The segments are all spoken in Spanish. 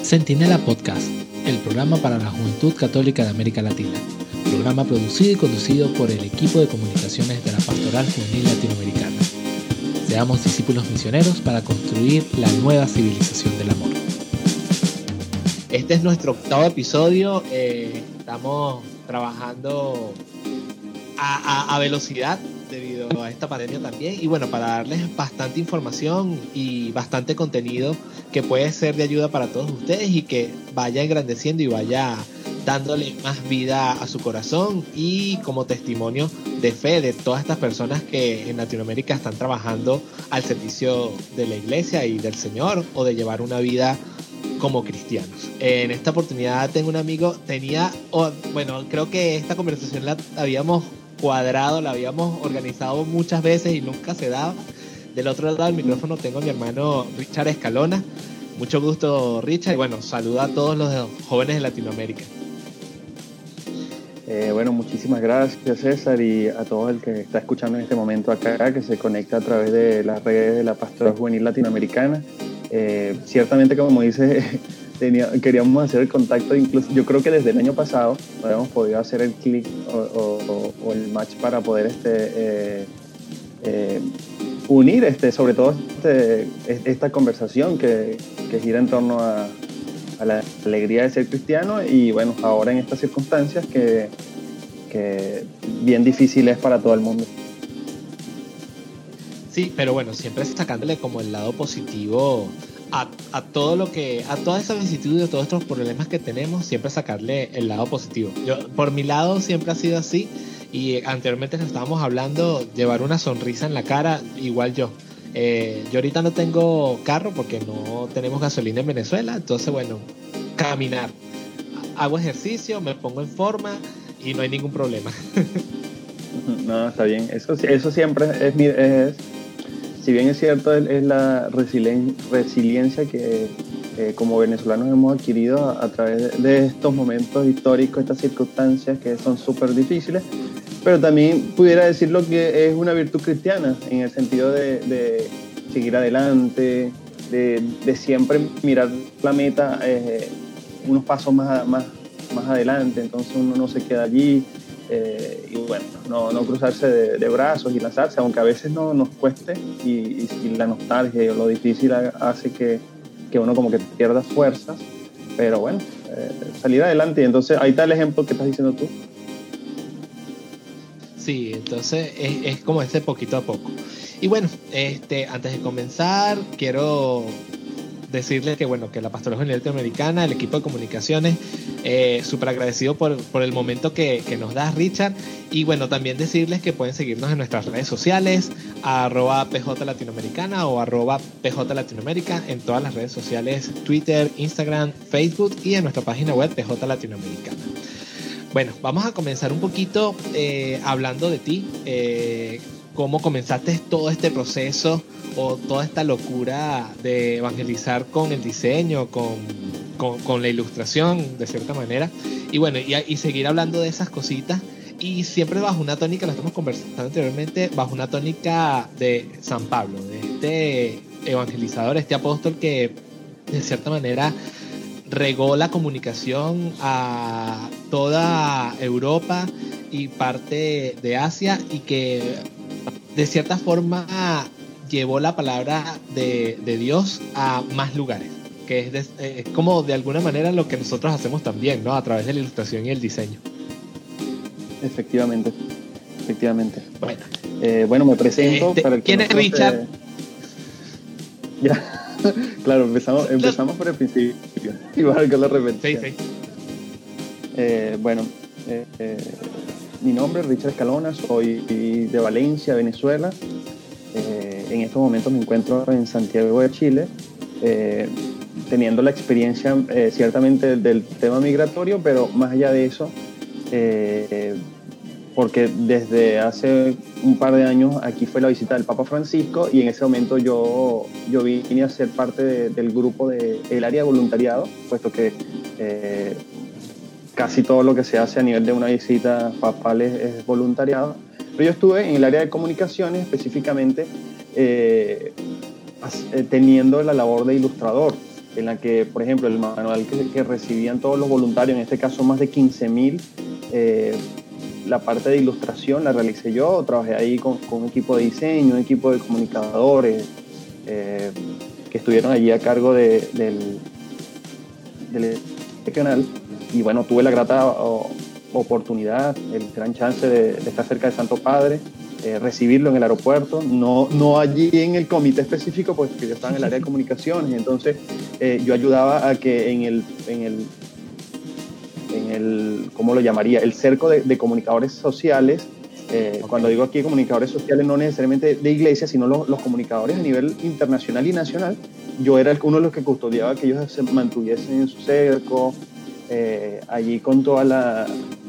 Centinela Podcast, el programa para la juventud católica de América Latina. Programa producido y conducido por el equipo de comunicaciones de la Pastoral Juvenil Latinoamericana. Seamos discípulos misioneros para construir la nueva civilización del amor. Este es nuestro 8º episodio. Estamos trabajando a velocidad debido a esta pandemia también. Y bueno, para darles bastante información y bastante contenido que puede ser de ayuda para todos ustedes y que vaya engrandeciendo y vaya dándole más vida a su corazón, y como testimonio de fe de todas estas personas que en Latinoamérica están trabajando al servicio de la iglesia y del Señor, o de llevar una vida como cristianos. En esta oportunidad tengo un amigo, creo que esta conversación la habíamos cuadrado, la habíamos organizado muchas veces y nunca se daba. Del otro lado del micrófono tengo a mi hermano Richard Escalona. Mucho gusto, Richard, y bueno, saluda a todos los jóvenes de Latinoamérica. Muchísimas gracias, César, y a todo el que está escuchando en este momento acá, que se conecta a través de las redes de la Pastoral Juvenil Latinoamericana. Ciertamente, como dices, queríamos hacer el contacto, incluso yo creo que desde el año pasado no habíamos podido hacer el clic o el match para poder unir sobre todo esta conversación que gira en torno a la alegría de ser cristiano, y bueno, ahora en estas circunstancias que bien difícil es para todo el mundo. Sí, pero bueno, siempre sacándole como el lado positivo a toda esa vicisitud, a todos estos problemas que tenemos, siempre sacarle el lado positivo. Yo, por mi lado, siempre ha sido así, y anteriormente nos estábamos hablando, llevar una sonrisa en la cara, igual yo. Yo ahorita no tengo carro porque no tenemos gasolina en Venezuela, entonces bueno, caminar, hago ejercicio, me pongo en forma y no hay ningún problema. No, está bien, eso siempre es si bien es cierto, es la resiliencia que como venezolanos hemos adquirido a través de estos momentos históricos, estas circunstancias que son súper difíciles, pero también pudiera decirlo que es una virtud cristiana, en el sentido de seguir adelante, de siempre mirar la meta unos pasos más adelante. Entonces uno no se queda allí, y bueno, no cruzarse de brazos y lanzarse, aunque a veces no nos cueste, y la nostalgia y lo difícil hace que uno como que pierda fuerzas, pero bueno, salir adelante. Y entonces ahí está el ejemplo que estás diciendo tú. Sí, entonces es como ese poquito a poco. Y bueno, antes de comenzar, quiero decirles que bueno, que la Pastoral Juvenil Latinoamericana, el equipo de comunicaciones, súper agradecido por el momento que nos da Richard. Y bueno, también decirles que pueden seguirnos en nuestras redes sociales, @PJ Latinoamericana o @PJ Latinoamérica, en todas las redes sociales, Twitter, Instagram, Facebook, y en nuestra página web PJ Latinoamericana. Bueno, vamos a comenzar un poquito hablando de ti, cómo comenzaste todo este proceso o toda esta locura de evangelizar con el diseño, con la ilustración, de cierta manera. Y bueno, y seguir hablando de esas cositas, y siempre bajo una tónica, lo estamos conversando anteriormente, bajo una tónica de San Pablo, de este evangelizador, este apóstol que de cierta manera regó la comunicación a toda Europa y parte de Asia, y que de cierta forma llevó la palabra de Dios a más lugares, que es como de alguna manera lo que nosotros hacemos también, ¿no? A través de la ilustración y el diseño. Efectivamente. Bueno, me presento. Para el que ¿quién es Richard? Ya. Claro, empezamos por el principio, igual que la repetición. Sí. Mi nombre es Richard Escalona, soy de Valencia, Venezuela. En estos momentos me encuentro en Santiago de Chile, teniendo la experiencia ciertamente del tema migratorio, pero más allá de eso, porque desde hace un par de años aquí fue la visita del Papa Francisco, y en ese momento yo vine a ser parte del grupo del área de voluntariado, puesto que casi todo lo que se hace a nivel de una visita papal es voluntariado. Pero yo estuve en el área de comunicaciones, específicamente teniendo la labor de ilustrador. en la que, por ejemplo, el manual que recibían todos los voluntarios, en este caso más de 15.000, la parte de ilustración la realicé yo, trabajé ahí con un equipo de diseño, un equipo de comunicadores que estuvieron allí a cargo del canal, y bueno, tuve la grata oportunidad, el gran chance de estar cerca de Santo Padre, recibirlo en el aeropuerto, no allí en el comité específico, pues que yo estaba en el área de comunicaciones, entonces yo ayudaba a que en el ¿cómo lo llamaría? El cerco de comunicadores sociales. Okay. Cuando digo aquí comunicadores sociales, no necesariamente de iglesia, sino los comunicadores a nivel internacional y nacional. Yo era uno de los que custodiaba que ellos se mantuviesen en su cerco, allí con toda la...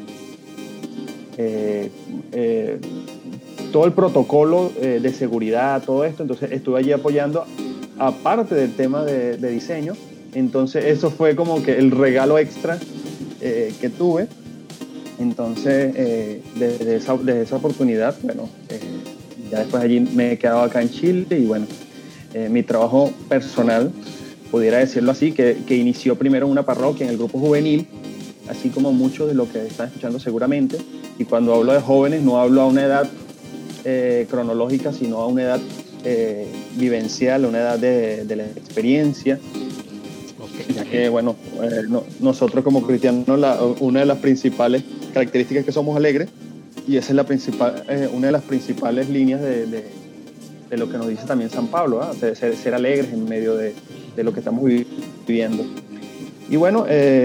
todo el protocolo de seguridad, todo esto. Entonces estuve allí apoyando, aparte del tema de diseño. Entonces eso fue como que el regalo extra que tuve. Entonces desde esa oportunidad, bueno, ya después allí me he quedado acá en Chile, y bueno, mi trabajo personal, pudiera decirlo así, que inició primero en una parroquia, en el grupo juvenil, así como muchos de lo que están escuchando seguramente. Y cuando hablo de jóvenes, no hablo a una edad cronológica, sino a una edad vivencial, a una edad de la experiencia. Okay. Ya que, bueno, nosotros como cristianos, una de las principales características es que somos alegres, y esa es una de las principales líneas de lo que nos dice también San Pablo, ¿eh? Ser alegres en medio de lo que estamos viviendo. Y bueno,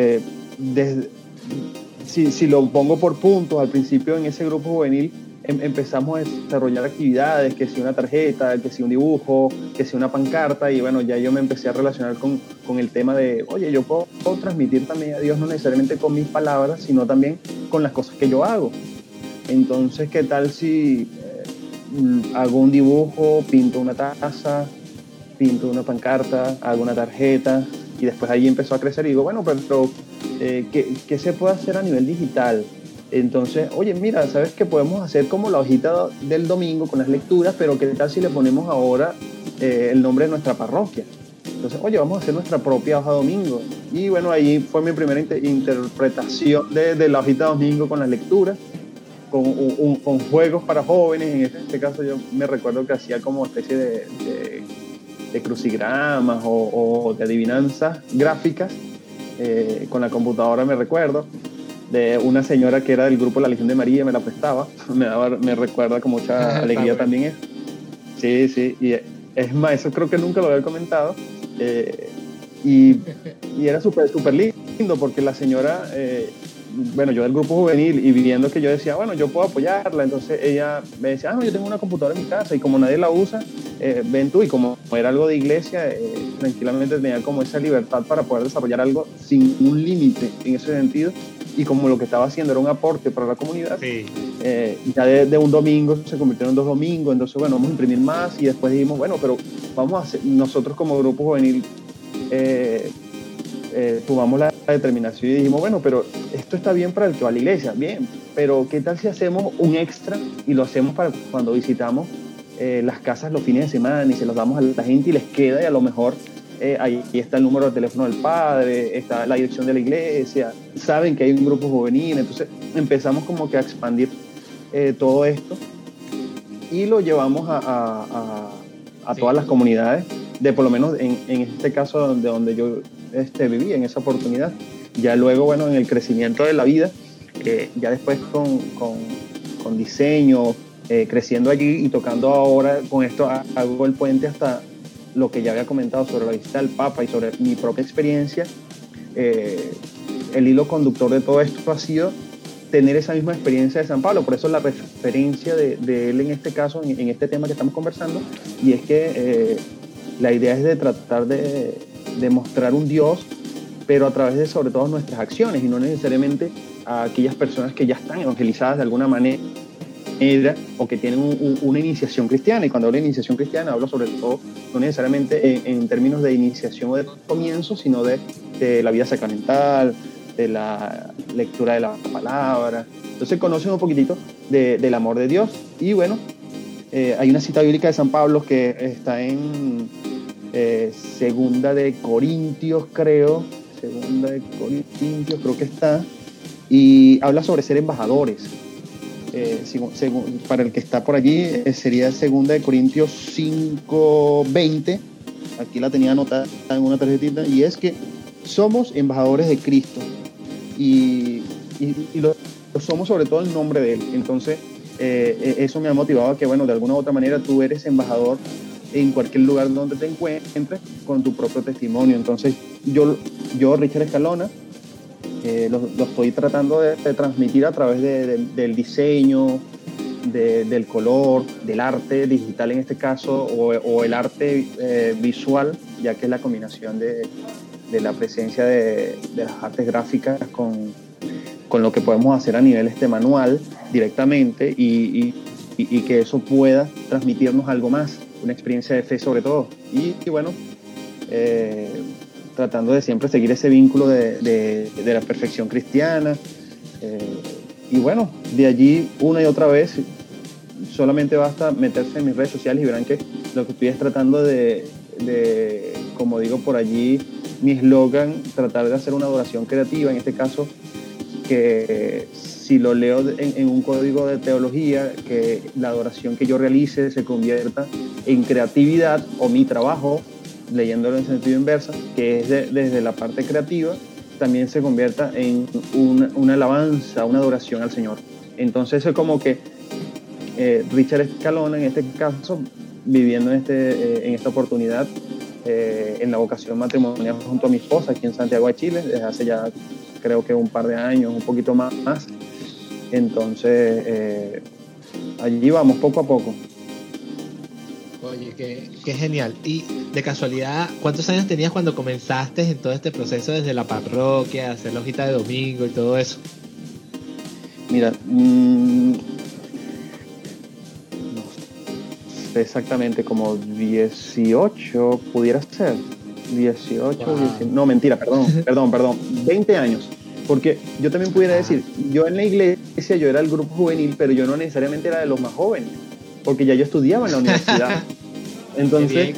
si lo pongo por puntos, al principio en ese grupo juvenil empezamos a desarrollar actividades, que si una tarjeta, que si un dibujo, que si una pancarta, y bueno, ya yo me empecé a relacionar con el tema de, oye, yo puedo transmitir también a Dios, no necesariamente con mis palabras, sino también con las cosas que yo hago. Entonces, ¿qué tal si hago un dibujo, pinto una taza, pinto una pancarta, hago una tarjeta? Y después ahí empezó a crecer y digo, bueno, pero ¿qué se puede hacer a nivel digital? Entonces, oye, mira, ¿sabes qué podemos hacer como la hojita del domingo con las lecturas? Pero ¿qué tal si le ponemos ahora el nombre de nuestra parroquia? Entonces, oye, vamos a hacer nuestra propia hoja domingo. Y bueno, ahí fue mi primera interpretación de la hojita domingo con las lecturas, con juegos para jóvenes. En este caso yo me recuerdo que hacía como especie de crucigramas o de adivinanzas gráficas con la computadora, me recuerdo. De una señora que era del grupo La Legión de María, me la prestaba, me recuerda con mucha alegría también eso. Sí, y es más, eso creo que nunca lo había comentado, y era súper lindo, porque la señora, bueno, yo del grupo juvenil, y viendo que yo decía, bueno, yo puedo apoyarla, entonces ella me decía, no, yo tengo una computadora en mi casa, y como nadie la usa, ven tú, y como era algo de iglesia, tranquilamente tenía como esa libertad para poder desarrollar algo sin un límite en ese sentido. Y como lo que estaba haciendo era un aporte para la comunidad, sí. Ya de un domingo se convirtieron en 2 domingos, entonces bueno, vamos a imprimir más, y después dijimos, bueno, pero vamos a hacer, nosotros como grupo juvenil tomamos la determinación y dijimos, bueno, pero esto está bien para el que va a la iglesia, bien, pero ¿qué tal si hacemos un extra y lo hacemos para cuando visitamos las casas los fines de semana, y se los damos a la gente y les queda, y a lo mejor ahí está el número de teléfono del padre, está la dirección de la iglesia, saben que hay un grupo juvenil? Entonces empezamos como que a expandir todo esto, y lo llevamos a sí, todas las comunidades, de por lo menos en este caso de donde yo vivía en esa oportunidad. Ya luego, bueno, en el crecimiento de la vida, ya después con diseño, creciendo allí y tocando ahora, con esto hago el puente hasta lo que ya había comentado sobre la visita del Papa y sobre mi propia experiencia. El hilo conductor de todo esto ha sido tener esa misma experiencia de San Pablo, por eso la referencia de él en este caso, en este tema que estamos conversando, y es que la idea es de tratar de mostrar un Dios, pero a través de sobre todo nuestras acciones, y no necesariamente a aquellas personas que ya están evangelizadas de alguna manera o que tienen una iniciación cristiana. Y cuando hablo de iniciación cristiana hablo sobre todo no necesariamente en términos de iniciación o de comienzo, sino de la vida sacramental, de la lectura de la palabra. Entonces conocen un poquitito del amor de Dios. Y bueno, hay una cita bíblica de San Pablo que está en Segunda de Corintios, creo que está, y habla sobre ser embajadores. Para el que está por allí, sería segunda de Corintios 5:20. Aquí la tenía anotada en una tarjetita, y es que somos embajadores de Cristo y lo somos sobre todo en nombre de Él. Entonces eso me ha motivado a que, bueno, de alguna u otra manera tú eres embajador en cualquier lugar donde te encuentres con tu propio testimonio. Entonces yo Richard Escalona, lo estoy tratando de transmitir a través del diseño, del color, del arte digital en este caso, o el arte visual, ya que es la combinación de la presencia de las artes gráficas con lo que podemos hacer a nivel manual directamente, y que eso pueda transmitirnos algo más, una experiencia de fe sobre todo. Y bueno, tratando de siempre seguir ese vínculo de la perfección cristiana. Y bueno, de allí una y otra vez, solamente basta meterse en mis redes sociales y verán que lo que estoy es tratando de como digo por allí, mi eslogan, tratar de hacer una adoración creativa, en este caso, que si lo leo en un código de teología, que la adoración que yo realice se convierta en creatividad, o mi trabajo, leyéndolo en sentido inverso, que es desde la parte creativa, también se convierta en una alabanza, una adoración al Señor. Entonces es como que Richard Escalona, en este caso, viviendo en esta oportunidad, en la vocación matrimonial junto a mi esposa aquí en Santiago de Chile, desde hace ya creo que un par de años, un poquito más. Entonces allí vamos poco a poco. Oye, qué genial. Y de casualidad, ¿cuántos años tenías cuando comenzaste en todo este proceso desde la parroquia, hacer la hojita de domingo y todo eso? Mira, no sé exactamente, como 18 pudiera ser. 18, wow. 19, no, mentira, perdón, 20 años. Porque yo también pudiera decir, yo en la iglesia yo era el grupo juvenil, pero yo no necesariamente era de los más jóvenes, porque ya yo estudiaba en la universidad. Entonces,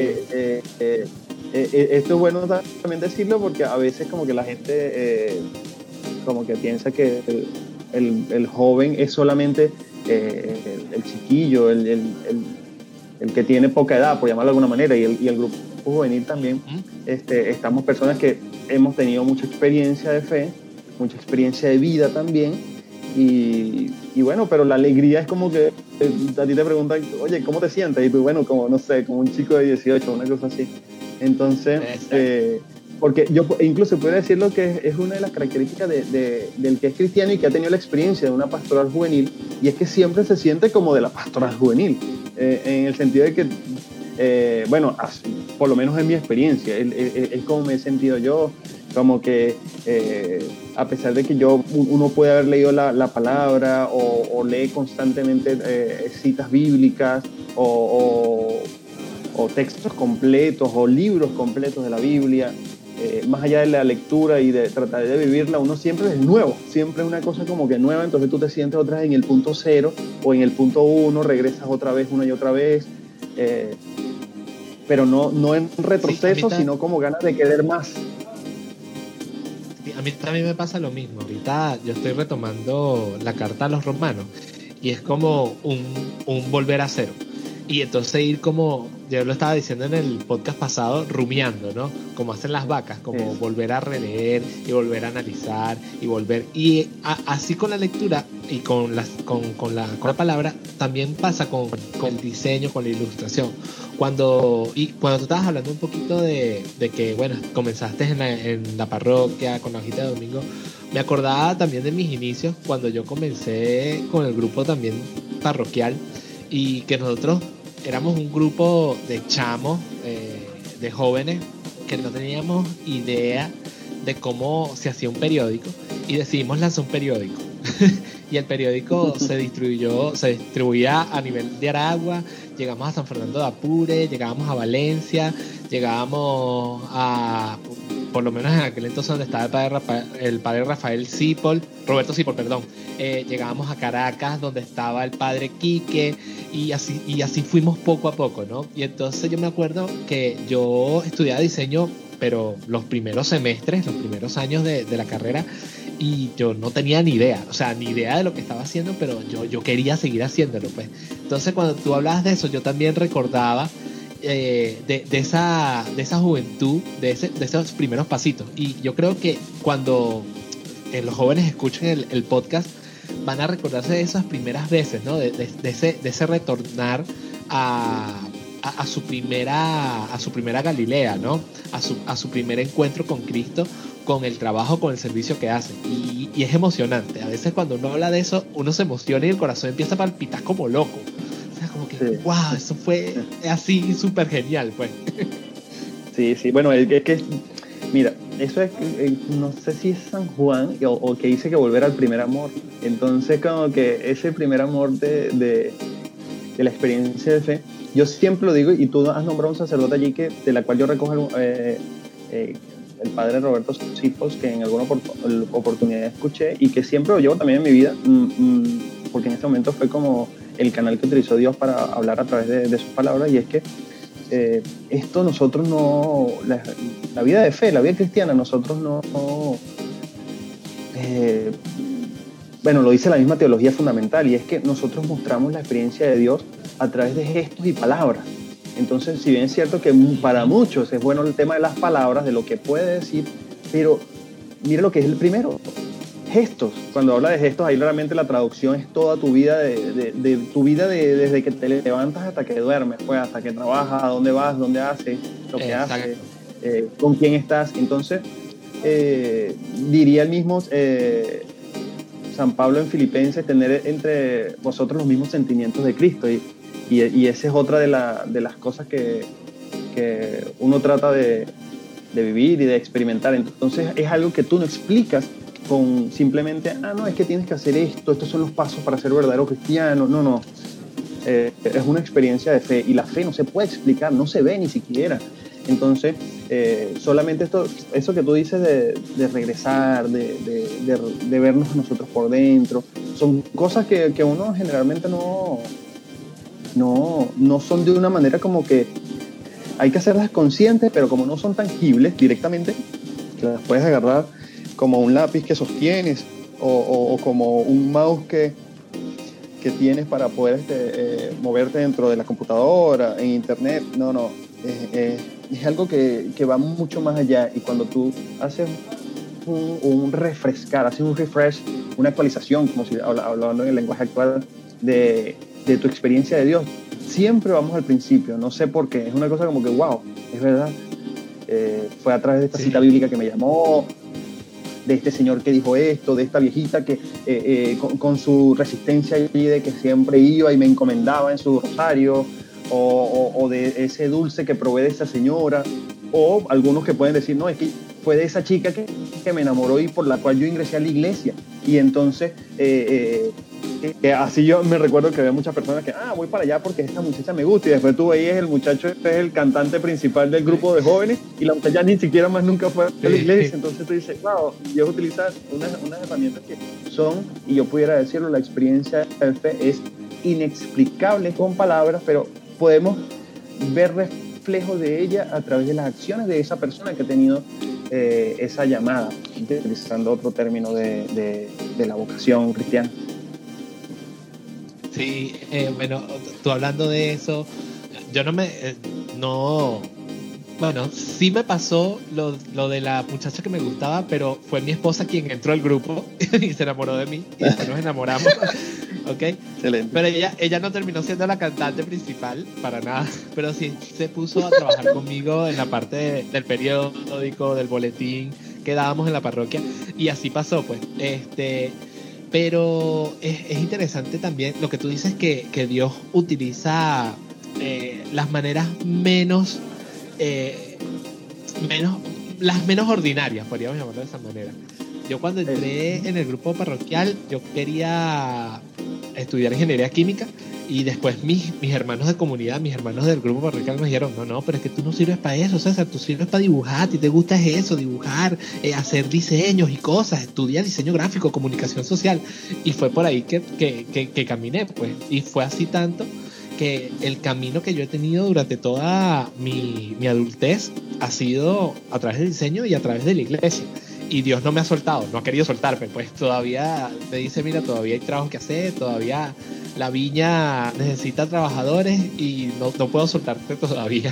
esto es bueno también decirlo, porque a veces como que la gente como que piensa que el joven es solamente el chiquillo, el que tiene poca edad, por llamarlo de alguna manera, y el grupo juvenil también. Estamos personas que hemos tenido mucha experiencia de fe, mucha experiencia de vida también, y bueno, pero la alegría es como que a ti te preguntan, oye, ¿cómo te sientes? Y tú, bueno, como no sé, como un chico de 18, una cosa así. Entonces, porque yo incluso puedo decirlo que es una de las características del que es cristiano y que ha tenido la experiencia de una pastoral juvenil, y es que siempre se siente como de la pastoral juvenil, en el sentido de que, bueno, por lo menos en mi experiencia, es como me he sentido yo, como que a pesar de que uno puede haber leído la palabra o lee constantemente citas bíblicas o textos completos o libros completos de la Biblia, más allá de la lectura y de tratar de vivirla, uno siempre es nuevo, siempre es una cosa como que nueva. Entonces tú te sientes otra vez en el punto 0 o en el punto 1, regresas otra vez, una y otra vez, pero no en retroceso, sí, sino como ganas de querer más. A mí también me pasa lo mismo. Ahorita yo estoy retomando la carta a los romanos y es como un volver a cero. Y entonces ir como, yo lo estaba diciendo en el podcast pasado, rumiando, ¿no? Como hacen las vacas, como volver a releer y volver a analizar y volver. Y así con la lectura y con la palabra también pasa con el diseño, con la ilustración. Cuando tú estabas hablando un poquito de que, bueno, comenzaste en la parroquia con la hojita de domingo, me acordaba también de mis inicios cuando yo comencé con el grupo también parroquial, y que nosotros éramos un grupo de chamos, de jóvenes, que no teníamos idea de cómo se hacía un periódico, y decidimos lanzar un periódico. Y el periódico se distribuía a nivel de Aragua. Llegamos a San Fernando de Apure, llegábamos a Valencia, llegábamos a por lo menos en aquel entonces donde estaba el padre Rafael Cipol, Roberto Cipol, perdón, llegábamos a Caracas donde estaba el padre Quique y así fuimos poco a poco, ¿no? Y entonces yo me acuerdo que yo estudiaba diseño, pero los primeros semestres, los primeros años de la carrera, y yo no tenía ni idea de lo que estaba haciendo, pero yo quería seguir haciéndolo, pues. Entonces cuando tú hablabas de eso, yo también recordaba de esa juventud, de esos primeros pasitos. Y yo creo que cuando los jóvenes escuchen el podcast, van a recordarse de esas primeras veces, ¿no? De ese retornar a su primera Galilea, ¿no? A su primer encuentro con Cristo, con el trabajo, con el servicio que hacen. Y es emocionante. A veces cuando uno habla de eso, uno se emociona y el corazón empieza a palpitar como loco. O sea, como que, sí. Wow, eso fue así súper genial, pues. Sí, bueno, es que, mira, eso es, no sé si es San Juan o que dice que volver al primer amor. Entonces, como que ese primer amor de la experiencia de fe, yo siempre lo digo, y tú has nombrado un sacerdote allí de la cual yo recojo el padre Roberto Cipos, que en alguna oportunidad escuché y que siempre lo llevo también en mi vida, porque en ese momento fue como el canal que utilizó Dios para hablar a través de sus palabras, y es que esto nosotros no, la vida de fe, la vida cristiana, nosotros no bueno, lo dice la misma teología fundamental, y es que nosotros mostramos la experiencia de Dios a través de gestos y palabras. Entonces, si bien es cierto que para muchos es bueno el tema de las palabras, de lo que puede decir, pero mira lo que es el primero, gestos. Cuando habla de gestos, ahí realmente la traducción es toda tu vida, de tu vida desde que te levantas hasta que duermes, pues, hasta que trabajas, a dónde vas, dónde haces, lo que haces, con quién estás. Entonces, diría el mismo San Pablo en Filipenses, tener entre vosotros los mismos sentimientos de Cristo, y esa es otra de las cosas que uno trata de vivir y de experimentar. Entonces es algo que tú no explicas con simplemente, no, es que tienes que hacer estos son los pasos para ser verdadero cristiano. No, es una experiencia de fe, y la fe no se puede explicar, no se ve ni siquiera. Entonces, solamente eso que tú dices de regresar, de vernos nosotros por dentro, son cosas que uno generalmente no son de una manera como que hay que hacerlas conscientes, pero como no son tangibles directamente, que las puedes agarrar como un lápiz que sostienes o como un mouse que tienes para poder moverte dentro de la computadora, en internet. No. Es algo que va mucho más allá, y cuando tú haces un refrescar, haces un refresh, una actualización, como si hablando en el lenguaje actual, de tu experiencia de Dios, siempre vamos al principio, no sé por qué, es una cosa como que wow, es verdad, fue a través de esta cita bíblica que me llamó, de este señor que dijo esto, de esta viejita que con su resistencia allí, de que siempre iba y me encomendaba en su rosario, o de ese dulce que probé de esa señora, o algunos que pueden decir, no, es que fue de esa chica que me enamoró y por la cual yo ingresé a la iglesia. Y entonces así yo me recuerdo que había muchas personas que voy para allá porque esta muchacha me gusta, y después tú veías el muchacho es el cantante principal del grupo de jóvenes, y la muchacha ni siquiera más nunca fue a la iglesia. Entonces tú dices, wow, Dios utiliza unas herramientas que son, y yo pudiera decirlo, la experiencia de fe es inexplicable con palabras, pero podemos ver reflejo de ella a través de las acciones de esa persona que ha tenido esa llamada, utilizando otro término de la vocación cristiana. Sí, bueno, tú hablando de eso, yo bueno, sí me pasó lo de la muchacha que me gustaba, pero fue mi esposa quien entró al grupo y se enamoró de mí, y después nos enamoramos. ¿Ok? Excelente. Pero ella no terminó siendo la cantante principal, para nada, pero sí se puso a trabajar conmigo en la parte del periódico, del boletín que dábamos en la parroquia, y así pasó, pues. Pero es interesante también lo que tú dices, que Dios utiliza las maneras las menos ordinarias, podríamos llamarlo de esa manera. Yo cuando entré en el grupo parroquial, yo quería estudiar ingeniería química, Y después mis hermanos de comunidad, mis hermanos del grupo parroquial me dijeron, no, pero es que tú no sirves para eso, César, tú sirves para dibujar, a ti te gusta eso, dibujar, hacer diseños y cosas, estudia diseño gráfico, comunicación social. Y fue por ahí que caminé, pues. Y fue así tanto que el camino que yo he tenido durante toda mi adultez ha sido a través del diseño y a través de la iglesia. Y Dios no me ha soltado, no ha querido soltarme, pues todavía me dice, mira, todavía hay trabajo que hacer, todavía la viña necesita trabajadores y no puedo soltarte todavía.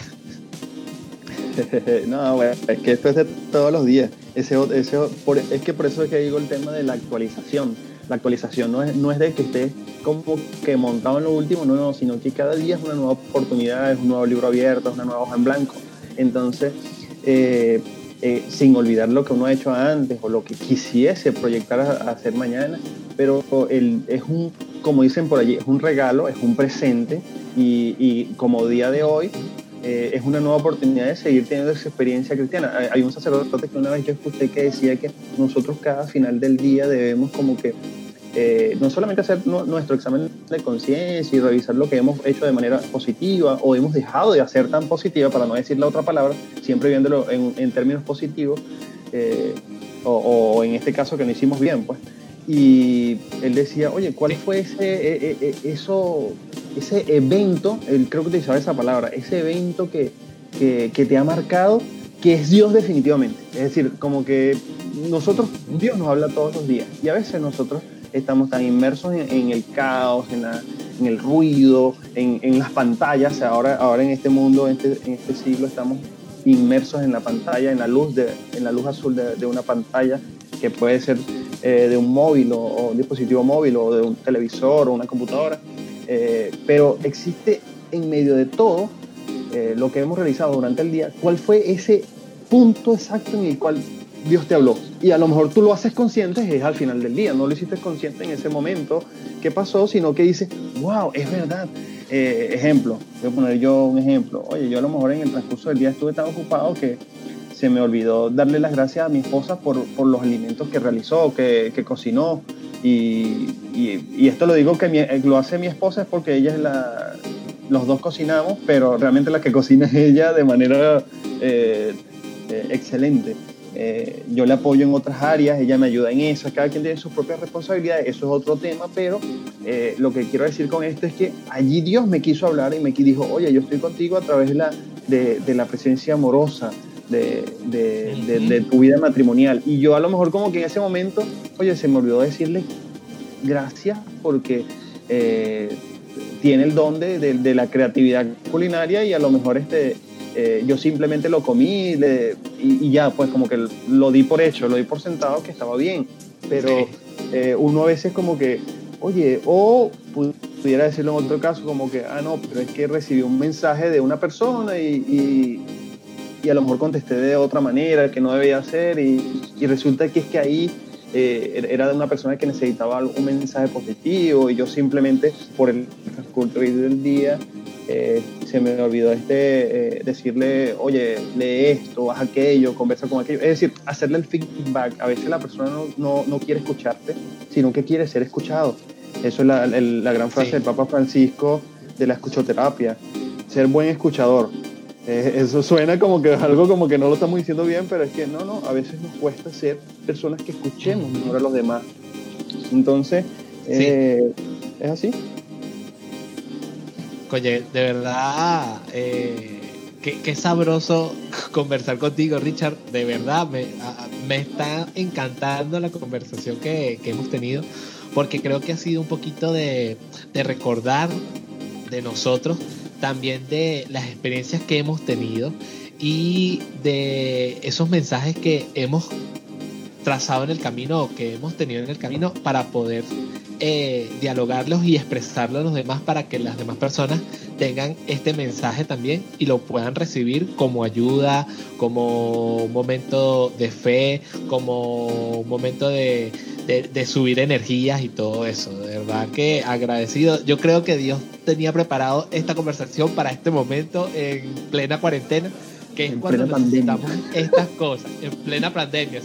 No, bueno, es que esto es de todos los días. Es que por eso es que digo el tema de la actualización. La actualización no es de que estés como que montado en lo último, no, sino que cada día es una nueva oportunidad, es un nuevo libro abierto, es una nueva hoja en blanco. Entonces, sin olvidar lo que uno ha hecho antes o lo que quisiese proyectar a hacer mañana, pero como dicen por allí, es un regalo, es un presente y como día de hoy es una nueva oportunidad de seguir teniendo esa experiencia cristiana. Hay un sacerdote que una vez yo escuché que decía que nosotros cada final del día debemos como que no solamente hacer nuestro examen de conciencia y revisar lo que hemos hecho de manera positiva o hemos dejado de hacer tan positiva, para no decir la otra palabra, siempre viéndolo en términos positivos, o en este caso que no hicimos bien, pues. Y él decía, oye, ¿cuál fue ese evento? Él creo que utilizaba esa palabra, ese evento que te ha marcado, que es Dios definitivamente. Es decir, como que Dios nos habla todos los días y a veces nosotros estamos tan inmersos en el caos, en el ruido, en las pantallas. Ahora en este mundo, en este siglo, estamos inmersos en la pantalla, en la luz azul de una pantalla, que puede ser de un móvil o un dispositivo móvil o de un televisor o una computadora. Pero existe en medio de todo lo que hemos realizado durante el día, ¿cuál fue ese punto exacto en el cual Dios te habló? Y a lo mejor tú lo haces consciente es al final del día, no lo hiciste consciente en ese momento que pasó, sino que dices, wow, es verdad. Ejemplo, voy a poner yo un ejemplo. Oye, yo a lo mejor en el transcurso del día estuve tan ocupado que se me olvidó darle las gracias a mi esposa por los alimentos que realizó, que cocinó. Y esto lo digo que lo hace mi esposa es porque ella es los dos cocinamos, pero realmente la que cocina es ella de manera excelente. Yo le apoyo en otras áreas, ella me ayuda en eso, cada quien tiene sus propias responsabilidades, eso es otro tema, pero lo que quiero decir con esto es que allí Dios me quiso hablar y me dijo, oye, yo estoy contigo a través de la presencia amorosa, de tu vida matrimonial. Y yo a lo mejor como que en ese momento, oye, se me olvidó decirle gracias porque tiene el don de la creatividad culinaria y a lo mejor yo simplemente lo comí y ya, pues como que lo di por hecho, lo di por sentado que estaba bien. Pero uno a veces como que, oye, o pudiera decirlo en otro caso como que, no, pero es que recibí un mensaje de una persona y a lo mejor contesté de otra manera que no debía hacer y resulta que es que ahí era de una persona que necesitaba un mensaje positivo y yo simplemente por el transcurso del día se me olvidó decirle, oye, lee esto, haz aquello, conversa con aquello. Es decir, hacerle el feedback. A veces la persona no quiere escucharte, sino que quiere ser escuchado. Eso es la gran frase del Papa Francisco de la escuchoterapia, ser buen escuchador. Eso suena como que algo como que no lo estamos diciendo bien, pero es que no, a veces nos cuesta ser personas que escuchemos mejor a los demás. Entonces, es así. Oye, de verdad, qué sabroso conversar contigo, Richard. De verdad, me está encantando la conversación que hemos tenido, porque creo que ha sido un poquito de recordar de nosotros, también de las experiencias que hemos tenido y de esos mensajes que hemos trazado en el camino, que hemos tenido en el camino para poder dialogarlos y expresarlos a los demás, para que las demás personas tengan este mensaje también y lo puedan recibir como ayuda, como un momento de fe, como un momento de subir energías y todo eso. De verdad que agradecido. Yo creo que Dios tenía preparado esta conversación para este momento en plena cuarentena, que es cuando necesitamos estas cosas, en plena pandemia.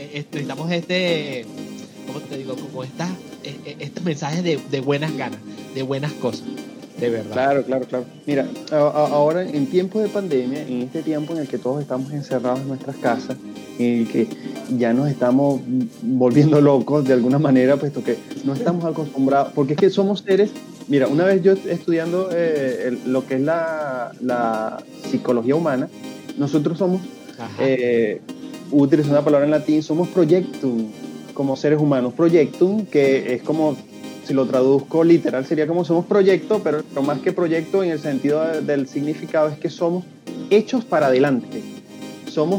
Necesitamos ¿cómo te digo? Como estos mensajes de buenas ganas, de buenas cosas, de verdad. Claro. Mira, ahora en tiempos de pandemia, en este tiempo en el que todos estamos encerrados en nuestras casas, en el que ya nos estamos volviendo locos de alguna manera, puesto que no estamos acostumbrados, porque es que somos seres. Mira, una vez yo estudiando lo que es la psicología humana, nosotros somos, utilizando una palabra en latín, somos projectum, como seres humanos. Projectum, que es como, si lo traduzco literal, sería como somos proyecto, pero más que proyecto en el sentido del significado es que somos hechos para adelante. Somos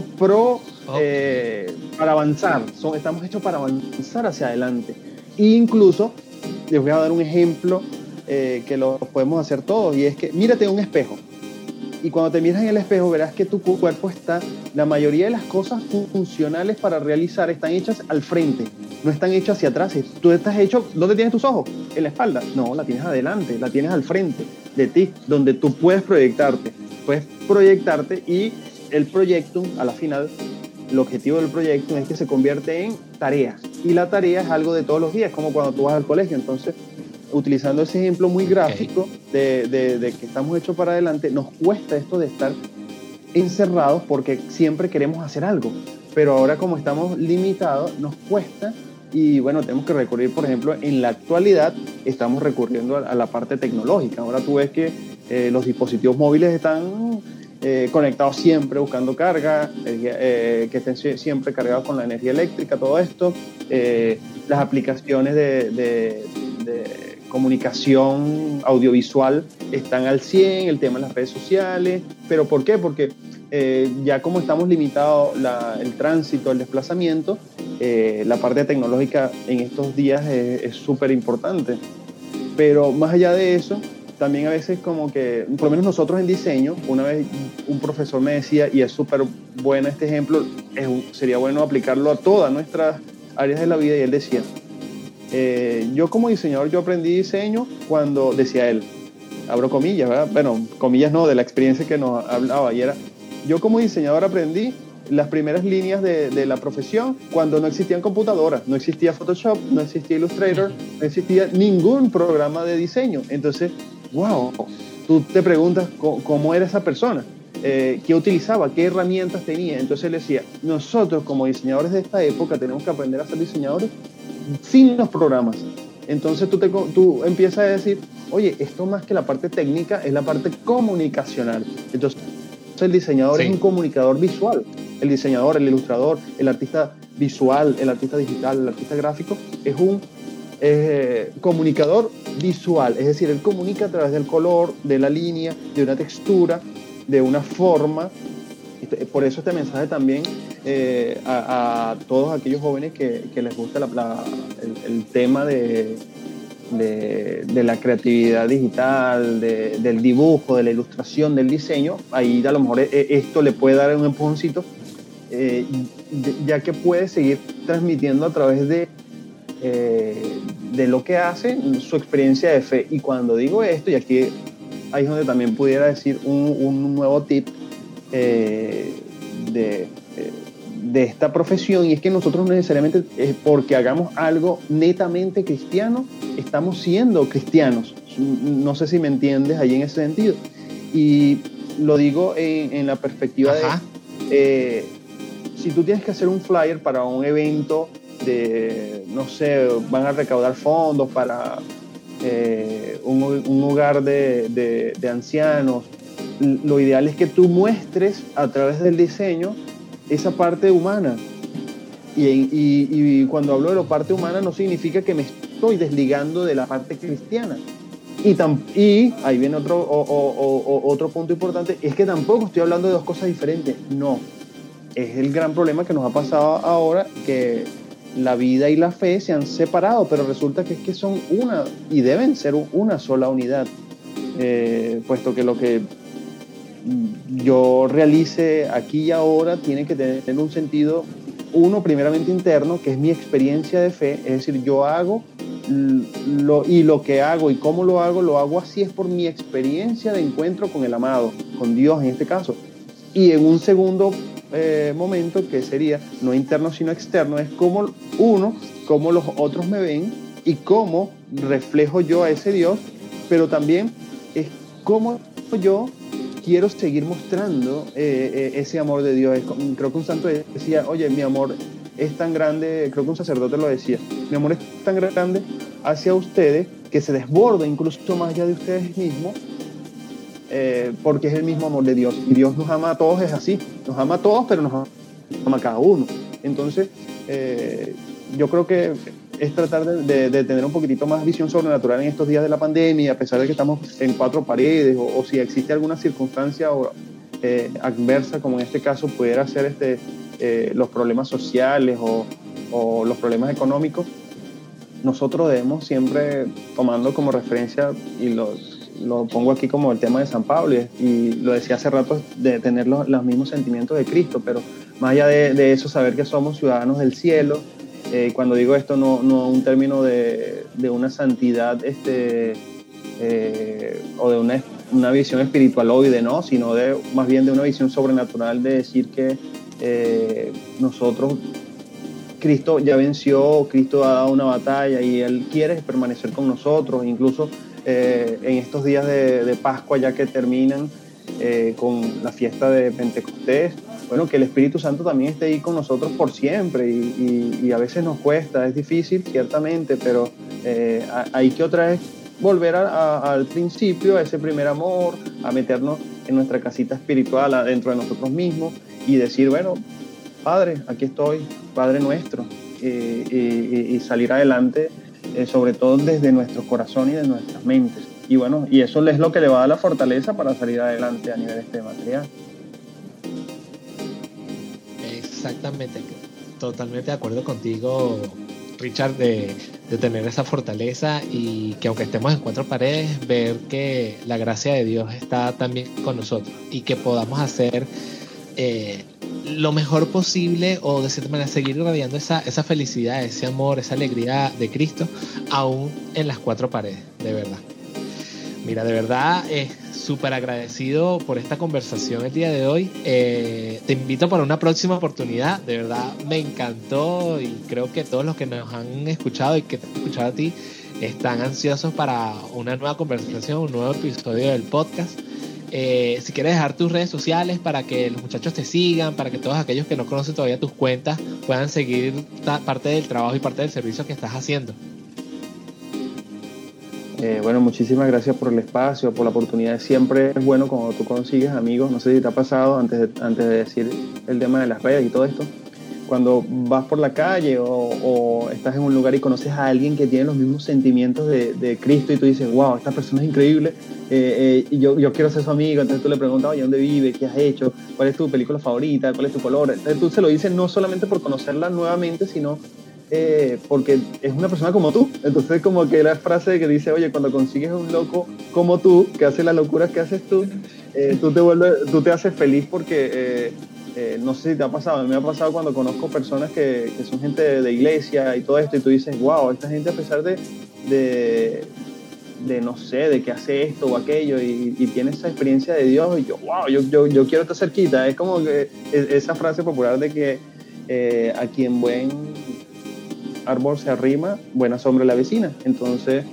para avanzar, estamos hechos para avanzar hacia adelante. E incluso, les voy a dar un ejemplo que lo podemos hacer todos, y es que mírate en un espejo, y cuando te miras en el espejo verás que tu cuerpo la mayoría de las cosas funcionales para realizar están hechas al frente, no están hechas hacia atrás. Tú estás hecho, ¿dónde tienes tus ojos? ¿En la espalda? No, la tienes adelante, la tienes al frente de ti, donde tú puedes proyectarte y el proyectum, a la final, el objetivo del proyectum es que se convierte en tareas, y la tarea es algo de todos los días, como cuando tú vas al colegio. Entonces, utilizando ese ejemplo muy gráfico de que estamos hechos para adelante, nos cuesta esto de estar encerrados porque siempre queremos hacer algo, pero ahora como estamos limitados nos cuesta, y bueno, tenemos que recurrir, por ejemplo, en la actualidad estamos recurriendo a la parte tecnológica. Ahora tú ves que los dispositivos móviles están conectados siempre, buscando carga, que estén siempre cargados con la energía eléctrica, todo esto, las aplicaciones de comunicación audiovisual están al 100, el tema de las redes sociales. ¿Pero por qué? Porque ya como estamos limitados el tránsito, el desplazamiento, la parte tecnológica en estos días es súper importante. Pero más allá de eso, también a veces como que, por lo menos nosotros en diseño, una vez un profesor me decía, y es súper bueno este ejemplo, sería bueno aplicarlo a todas nuestras áreas de la vida, y él decía, yo como diseñador, yo aprendí diseño cuando, decía él, abro comillas, ¿verdad? Bueno, comillas no, de la experiencia que nos hablaba, y era, yo como diseñador aprendí las primeras líneas de la profesión cuando no existían computadoras, no existía Photoshop, no existía Illustrator, no existía ningún programa de diseño. Entonces, wow, tú te preguntas cómo era esa persona, qué utilizaba, qué herramientas tenía. Entonces él decía, nosotros como diseñadores de esta época tenemos que aprender a ser diseñadores sin los programas. Entonces tú empiezas a decir, oye, esto más que la parte técnica es la parte comunicacional. Entonces el diseñador es un comunicador visual. El diseñador, el ilustrador, el artista visual, el artista digital, el artista gráfico es un comunicador visual. Es decir, él comunica a través del color, de la línea, de una textura, de una forma. Por eso este mensaje también a todos aquellos jóvenes que les gusta el tema de la creatividad digital, del dibujo, de la ilustración, del diseño. Ahí a lo mejor esto le puede dar un empujoncito, ya que puede seguir transmitiendo a través de lo que hace, su experiencia de fe. Y cuando digo esto, y aquí ahí es donde también pudiera decir un nuevo tip de esta profesión, y es que nosotros no necesariamente porque hagamos algo netamente cristiano estamos siendo cristianos. No sé si me entiendes ahí en ese sentido, y lo digo en la perspectiva de si tú tienes que hacer un flyer para un evento no sé, van a recaudar fondos para un hogar de ancianos, lo ideal es que tú muestres a través del diseño esa parte humana. Y cuando hablo de la parte humana no significa que me estoy desligando de la parte cristiana. Y ahí viene otro punto importante, es que tampoco estoy hablando de dos cosas diferentes. No, es el gran problema que nos ha pasado ahora, que la vida y la fe se han separado, pero resulta que es que son una y deben ser una sola unidad, puesto que lo que yo realice aquí y ahora tiene que tener un sentido, primeramente interno, que es mi experiencia de fe. Es decir, yo hago lo que hago y cómo lo hago así es por mi experiencia de encuentro con el amado, con Dios en este caso. Y en un segundo momento, que sería no interno sino externo, es cómo los otros me ven y cómo reflejo yo a ese Dios pero también es cómo yo quiero seguir mostrando ese amor de Dios. Creo que un santo decía, oye, mi amor es tan grande, creo que un sacerdote lo decía, mi amor es tan grande hacia ustedes que se desborda incluso más allá de ustedes mismos, porque es el mismo amor de Dios. Y Dios nos ama a todos, es así, nos ama a todos, pero nos ama a cada uno. Entonces, yo creo que es tratar de tener un poquitito más visión sobrenatural en estos días de la pandemia, a pesar de que estamos en cuatro paredes, o si existe alguna circunstancia adversa, como en este caso pudiera ser los problemas sociales o los problemas económicos. Nosotros debemos siempre, tomando como referencia, y lo pongo aquí como el tema de San Pablo, y lo decía hace rato, de tener los mismos sentimientos de Cristo, pero más allá de eso, saber que somos ciudadanos del cielo. Cuando digo esto, no un término de una santidad o de una visión espiritualoide, ¿no? Sino más bien de una visión sobrenatural, de decir que nosotros, Cristo ya venció, Cristo ha dado una batalla y Él quiere permanecer con nosotros, incluso en estos días de Pascua ya que terminan con la fiesta de Pentecostés. Bueno, que el Espíritu Santo también esté ahí con nosotros por siempre, y a veces nos cuesta, es difícil ciertamente, pero hay que otra vez volver al principio, a ese primer amor, a meternos en nuestra casita espiritual adentro de nosotros mismos y decir, bueno, Padre, aquí estoy, Padre nuestro, y salir adelante, sobre todo desde nuestro corazón y de nuestras mentes. Y bueno, y eso es lo que le va a dar la fortaleza para salir adelante a nivel material. Exactamente, totalmente de acuerdo contigo, Richard, de tener esa fortaleza, y que aunque estemos en cuatro paredes, ver que la gracia de Dios está también con nosotros y que podamos hacer lo mejor posible, o de cierta manera seguir irradiando esa felicidad, ese amor, esa alegría de Cristo, aún en las cuatro paredes, de verdad. Mira, de verdad, súper agradecido por esta conversación el día de hoy. Te invito para una próxima oportunidad. De verdad, me encantó, y creo que todos los que nos han escuchado y que te han escuchado a ti están ansiosos para una nueva conversación, un nuevo episodio del podcast. Si quieres dejar tus redes sociales para que los muchachos te sigan, para que todos aquellos que no conocen todavía tus cuentas puedan seguir parte del trabajo y parte del servicio que estás haciendo. Bueno, muchísimas gracias por el espacio, por la oportunidad. Siempre es bueno cuando tú consigues amigos. No sé si te ha pasado, antes de decir el tema de las redes y todo esto, cuando vas por la calle o estás en un lugar y conoces a alguien que tiene los mismos sentimientos de Cristo, y tú dices, wow, esta persona es increíble, y yo quiero ser su amigo. Entonces tú le preguntas, oye, ¿dónde vive? ¿Qué has hecho? ¿Cuál es tu película favorita? ¿Cuál es tu color? Entonces tú se lo dices no solamente por conocerla nuevamente, sino porque es una persona como tú. Entonces, como que la frase que dice, oye, cuando consigues un loco como tú, que hace las locuras que haces tú, tú te haces feliz, porque no sé si te ha pasado, a mí me ha pasado cuando conozco personas que son gente de iglesia y todo esto, y tú dices, wow, esta gente, a pesar de no sé, de que hace esto o aquello, y tiene esa experiencia de Dios, y yo, wow, yo quiero estar cerquita. Es como que esa frase popular de que a quien buen árbol se arrima, buena sombra la vecina. Entonces,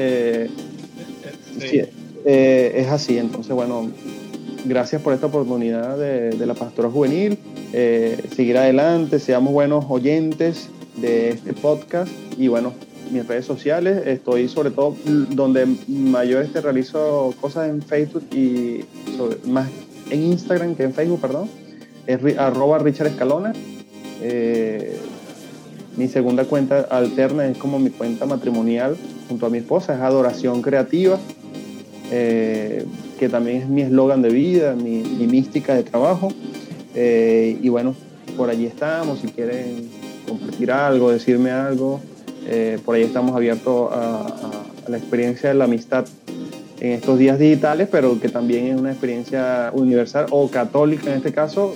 sí, es así. Entonces, bueno, gracias por esta oportunidad de la Pastoral Juvenil. Seguir adelante, seamos buenos oyentes de este podcast. Y bueno, mis redes sociales, estoy sobre todo donde mayor realizo cosas en Facebook, y más en Instagram que en Facebook, perdón, es @Richard Escalona. Mi segunda cuenta alterna es como mi cuenta matrimonial junto a mi esposa, es Adoración Creativa, que también es mi eslogan de vida, mi mística de trabajo. Y bueno, por allí estamos. Si quieren compartir algo, decirme algo, por ahí estamos abiertos a la experiencia de la amistad en estos días digitales, pero que también es una experiencia universal o católica en este caso.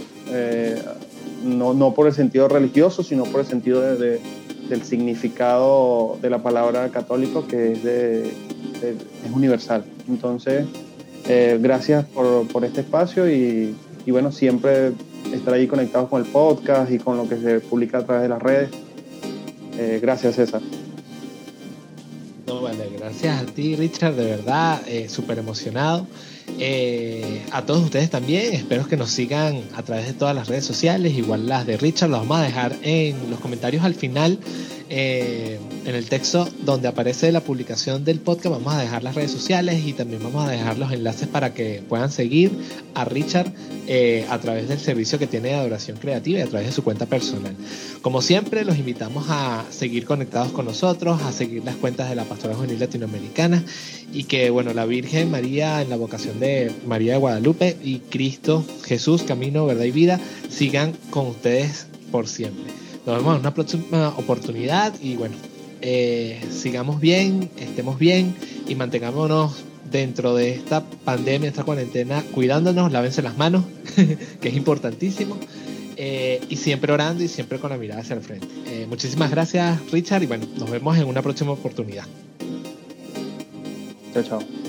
No por el sentido religioso, sino por el sentido del significado de la palabra católico, que es universal. Entonces, gracias por este espacio, y bueno, siempre estar ahí conectados con el podcast y con lo que se publica a través de las redes. Gracias, César. No, vale, gracias a ti, Richard, de verdad, súper emocionado. A todos ustedes también, espero que nos sigan a través de todas las redes sociales, igual las de Richard, las vamos a dejar en los comentarios al final, en el texto donde aparece la publicación del podcast, vamos a dejar las redes sociales y también vamos a dejar los enlaces para que puedan seguir a Richard a través del servicio que tiene de adoración creativa y a través de su cuenta personal. Como siempre, los invitamos a seguir conectados con nosotros, a seguir las cuentas de la Pastoral Juvenil Latinoamericana y que, bueno, la Virgen María en la vocación de María de Guadalupe y Cristo, Jesús, camino, verdad y vida, sigan con ustedes por siempre. Nos vemos en una próxima oportunidad y bueno, sigamos bien, estemos bien y mantengámonos dentro de esta pandemia, esta cuarentena, cuidándonos, lávense las manos, que es importantísimo, y siempre orando y siempre con la mirada hacia el frente. Muchísimas gracias, Richard, y bueno, nos vemos en una próxima oportunidad. Chao, chao.